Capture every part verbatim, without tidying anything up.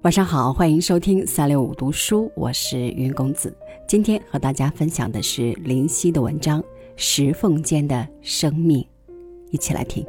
晚上好，欢迎收听三六五读书，我是云公子。今天和大家分享的是林夕的文章《石缝间的生命》，一起来听。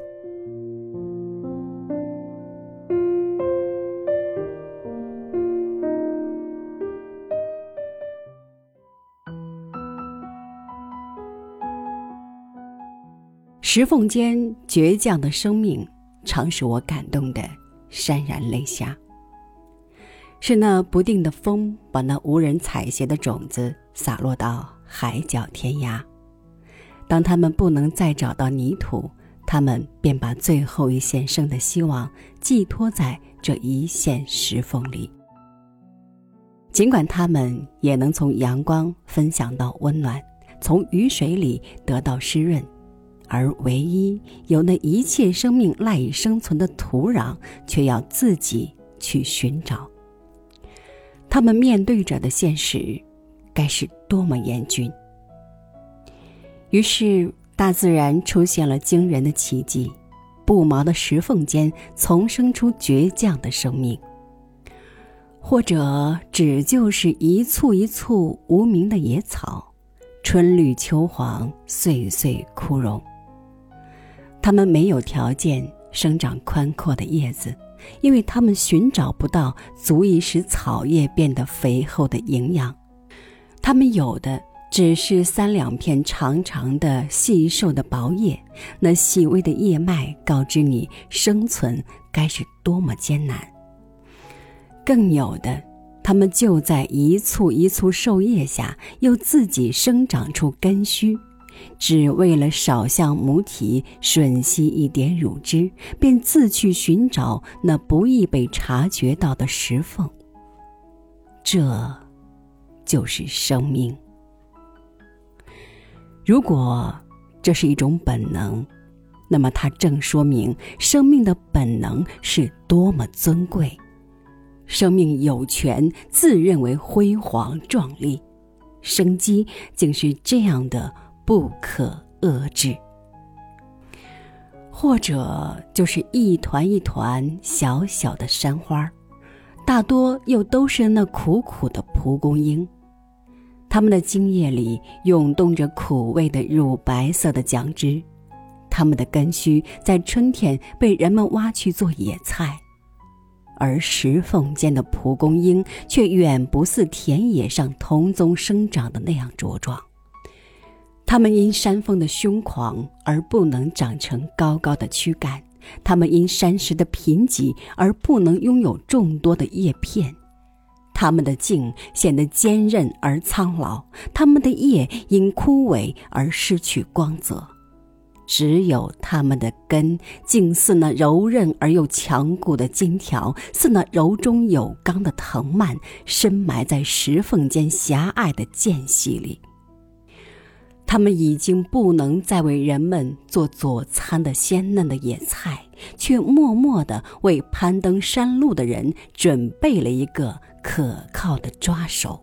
石缝间倔强的生命，常使我感动的潸然泪下。是那不定的风，把那无人采撷的种子洒落到海角天涯。当他们不能再找到泥土，他们便把最后一线生的希望寄托在这一线石缝里。尽管他们也能从阳光分享到温暖，从雨水里得到湿润，而唯一由那一切生命赖以生存的土壤，却要自己去寻找。他们面对着的现实该是多么严峻。于是大自然出现了惊人的奇迹，不毛的石缝间丛生出倔强的生命，或者只就是一簇一簇无名的野草，春绿秋黄，岁岁枯荣。它们没有条件生长宽阔的叶子，因为它们寻找不到足以使草叶变得肥厚的营养，它们有的只是三两片长长的细瘦的薄叶，那细微的叶脉告知你生存该是多么艰难。更有的，它们就在一簇一簇瘦叶下，又自己生长出根须，只为了少向母体吮吸一点乳汁，便自去寻找那不易被察觉到的石缝。这就是生命。如果这是一种本能，那么它正说明生命的本能是多么尊贵。生命有权自认为辉煌壮丽，生机竟是这样的不可遏制。或者就是一团一团小小的山花，大多又都是那苦苦的蒲公英，它们的茎叶里涌动着苦味的乳白色的浆汁，它们的根须在春天被人们挖去做野菜，而石缝间的蒲公英却远不似田野上同宗生长的那样茁壮。它们因山峰的凶狂而不能长成高高的躯干，它们因山石的贫瘠而不能拥有众多的叶片，它们的茎显得坚韧而苍老，它们的叶因枯萎而失去光泽，只有它们的根竟似那柔韧而又强固的金条，似那柔中有刚的藤蔓，深埋在石缝间狭隘的间隙里。它们已经不能再为人们做佐餐的鲜嫩的野菜，却默默地为攀登山路的人准备了一个可靠的抓手。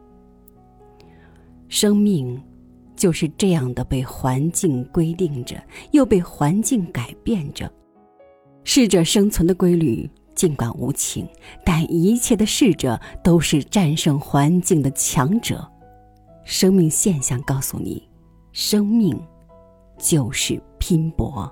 生命就是这样的被环境规定着，又被环境改变着。适者生存的规律尽管无情，但一切的适者都是战胜环境的强者。生命现象告诉你，生命就是拼搏。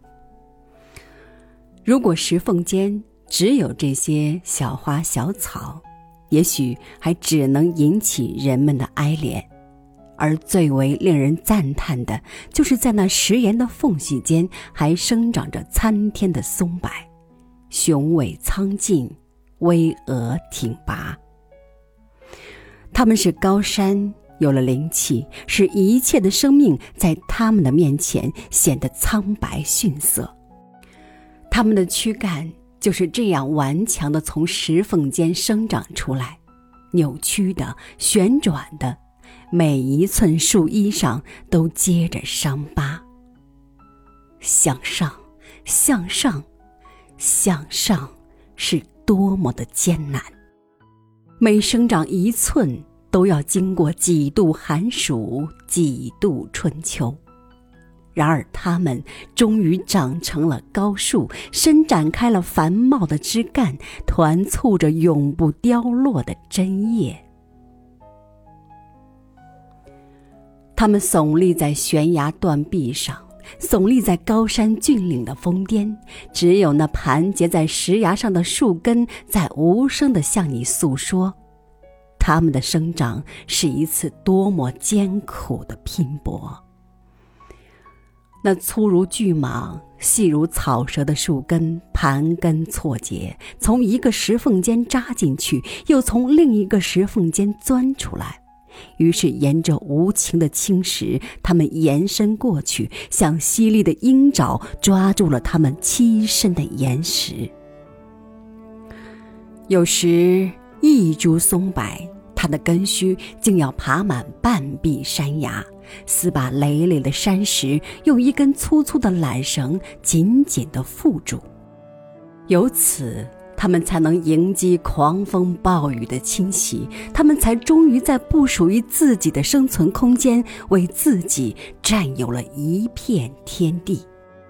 如果石缝间只有这些小花小草，也许还只能引起人们的哀怜，而最为令人赞叹的，就是在那石岩的缝隙间还生长着参天的松柏，雄伟苍劲，巍峨挺拔。它们是高山有了灵气，使一切的生命在他们的面前显得苍白逊色。他们的躯干就是这样顽强地从石缝间生长出来，扭曲的，旋转的，每一寸树衣上都结着伤疤。向上，向上，向上，是多么的艰难！每生长一寸，都要经过几度寒暑，几度春秋。 然而它们终于长成了高树，伸展开了繁茂的枝干，团簇着永不凋落的针叶。它们耸立在悬崖断壁上，耸立在高山峻岭的峰巅，只有那盘结在石崖上的树根在无声地向你诉说，它们的生长是一次多么艰苦的拼搏。那粗如巨蟒、细如草蛇的树根盘根错节，从一个石缝间扎进去，又从另一个石缝间钻出来，于是沿着无情的青石，它们延伸过去，像犀利的鹰爪抓住了它们栖身的岩石。有时一株松柏，它的根须竟要爬满半壁山崖，撕把累累的山石用一根粗粗的缆绳紧紧地缚住，由此他们才能迎击狂风暴雨的侵袭，他们才终于在不属于自己的生存空间为自己占有了一片天地。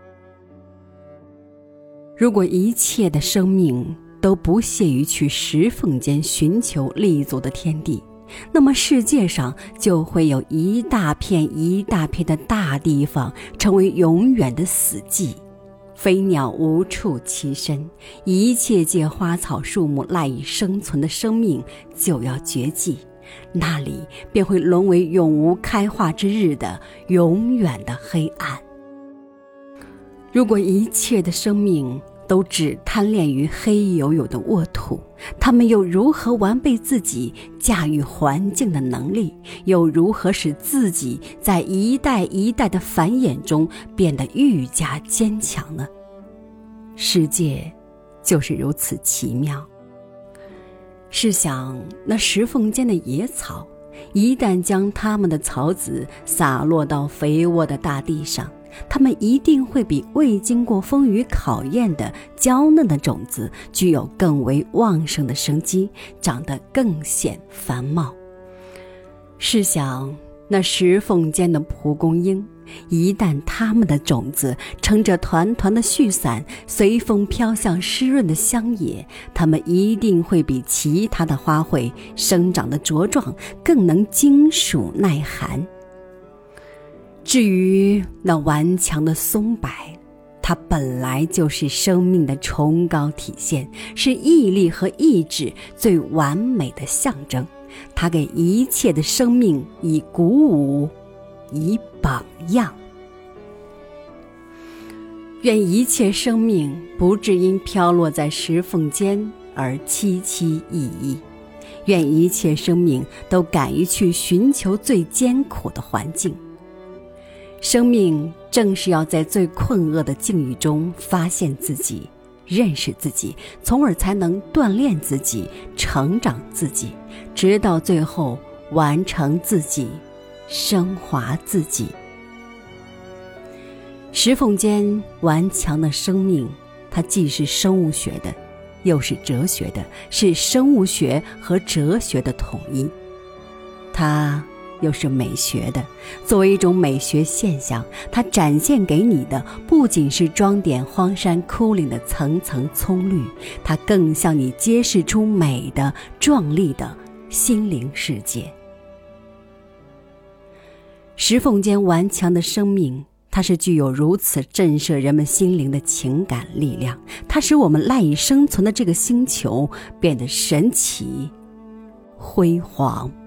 如果一切的生命都不屑于去石缝间寻求立足的天地，那么世界上就会有一大片一大片的大地方成为永远的死寂，飞鸟无处栖身，一切借花草树木赖以生存的生命就要绝迹，那里便会沦为永无开化之日的永远的黑暗。如果一切的生命都只贪恋于黑黝黝的沃土，他们又如何完备自己驾驭环境的能力？又如何使自己在一代一代的繁衍中变得愈加坚强呢？世界就是如此奇妙。试想那石缝间的野草，一旦将它们的草籽洒落到肥沃的大地上，它们一定会比未经过风雨考验的娇嫩的种子具有更为旺盛的生机，长得更显繁茂。试想那石缝间的蒲公英，一旦它们的种子撑着团团的絮伞随风飘向湿润的乡野，它们一定会比其他的花卉生长得茁壮，更能经暑耐寒。至于那顽强的松柏，它本来就是生命的崇高体现，是毅力和意志最完美的象征。它给一切的生命以鼓舞，以榜样。愿一切生命不至因飘落在石缝间而凄凄意意，愿一切生命都敢于去寻求最艰苦的环境。生命正是要在最困厄的境遇中发现自己，认识自己，从而才能锻炼自己，成长自己，直到最后完成自己，升华自己。石缝间顽强的生命，它既是生物学的，又是哲学的，是生物学和哲学的统一。它又是美学的，作为一种美学现象，它展现给你的不仅是装点荒山枯岭的层层葱绿，它更向你揭示出美的壮丽的心灵世界。石缝间顽强的生命，它是具有如此震慑人们心灵的情感力量，它使我们赖以生存的这个星球变得神奇辉煌。